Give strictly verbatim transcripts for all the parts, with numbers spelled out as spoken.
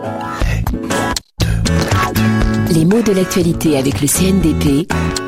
Les mots de l'actualité avec le C N D P.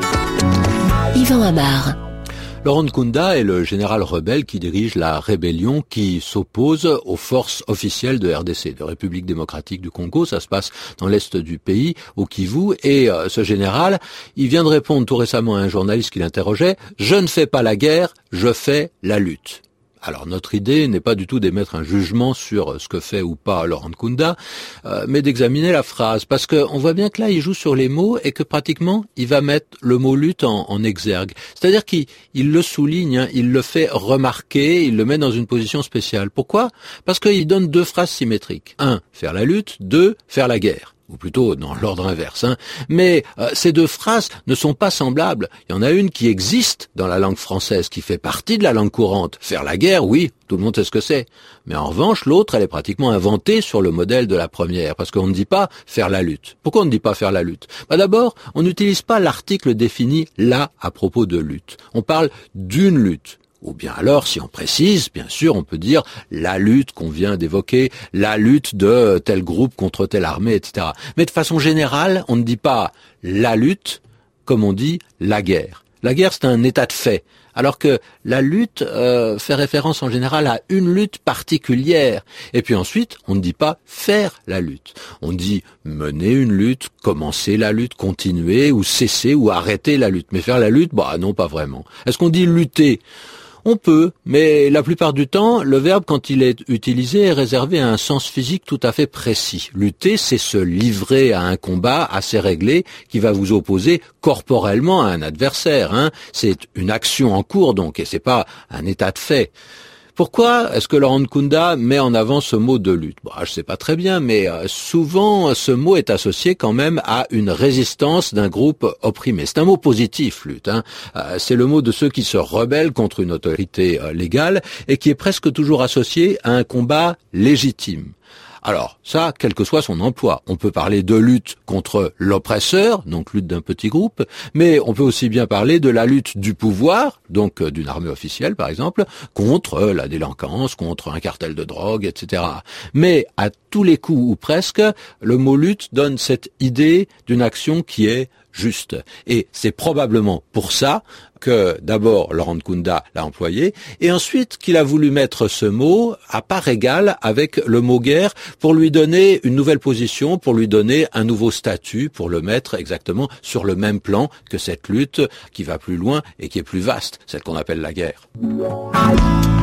Yvan Amar. Laurent Nkunda est le général rebelle qui dirige la rébellion qui s'oppose aux forces officielles de R D C, de République démocratique du Congo. Ça se passe dans l'est du pays, au Kivu. Et euh, ce général, il vient de répondre tout récemment à un journaliste qui l'interrogeait « Je ne fais pas la guerre, je fais la lutte ». Alors notre idée n'est pas du tout d'émettre un jugement sur ce que fait ou pas Laurent Nkunda, euh, mais d'examiner la phrase, parce qu'on voit bien que là il joue sur les mots et que pratiquement il va mettre le mot lutte en, en exergue. C'est-à-dire qu'il il le souligne, hein, il le fait remarquer, il le met dans une position spéciale. Pourquoi ? Parce qu'il donne deux phrases symétriques. Un, faire la lutte. Deux, faire la guerre. Ou plutôt dans l'ordre inverse. Hein. Mais euh, ces deux phrases ne sont pas semblables. Il y en a une qui existe dans la langue française, qui fait partie de la langue courante. Faire la guerre, oui, tout le monde sait ce que c'est. Mais en revanche, l'autre, elle est pratiquement inventée sur le modèle de la première, parce qu'on ne dit pas faire la lutte. Pourquoi on ne dit pas faire la lutte ? Bah d'abord, on n'utilise pas l'article défini là à propos de lutte. On parle d'une lutte. Ou bien alors, si on précise, bien sûr, on peut dire la lutte qu'on vient d'évoquer, la lutte de tel groupe contre telle armée, et cetera. Mais de façon générale, on ne dit pas la lutte comme on dit la guerre. La guerre, c'est un état de fait, alors que la lutte euh, fait référence en général à une lutte particulière. Et puis ensuite, on ne dit pas faire la lutte. On dit mener une lutte, commencer la lutte, continuer ou cesser ou arrêter la lutte. Mais faire la lutte, bah non, pas vraiment. Est-ce qu'on dit lutter ? On peut, mais la plupart du temps, le verbe, quand il est utilisé, est réservé à un sens physique tout à fait précis. Lutter, c'est se livrer à un combat assez réglé qui va vous opposer corporellement à un adversaire. Hein. C'est une action en cours, donc, et c'est pas un état de fait. Pourquoi est-ce que Laurent Nkunda met en avant ce mot de lutte ? Bon, je sais pas très bien, mais souvent ce mot est associé quand même à une résistance d'un groupe opprimé. C'est un mot positif, lutte. Hein. C'est le mot de ceux qui se rebellent contre une autorité légale et qui est presque toujours associé à un combat légitime. Alors, ça, quel que soit son emploi. On peut parler de lutte contre l'oppresseur, donc lutte d'un petit groupe, mais on peut aussi bien parler de la lutte du pouvoir, donc d'une armée officielle par exemple, contre la délinquance, contre un cartel de drogue, et cetera. Mais à tous les coups, ou presque, le mot lutte donne cette idée d'une action qui est juste. Et c'est probablement pour ça que d'abord Laurent Nkunda l'a employé et ensuite qu'il a voulu mettre ce mot à part égale avec le mot guerre pour lui donner une nouvelle position, pour lui donner un nouveau statut, pour le mettre exactement sur le même plan que cette lutte qui va plus loin et qui est plus vaste, celle qu'on appelle la guerre.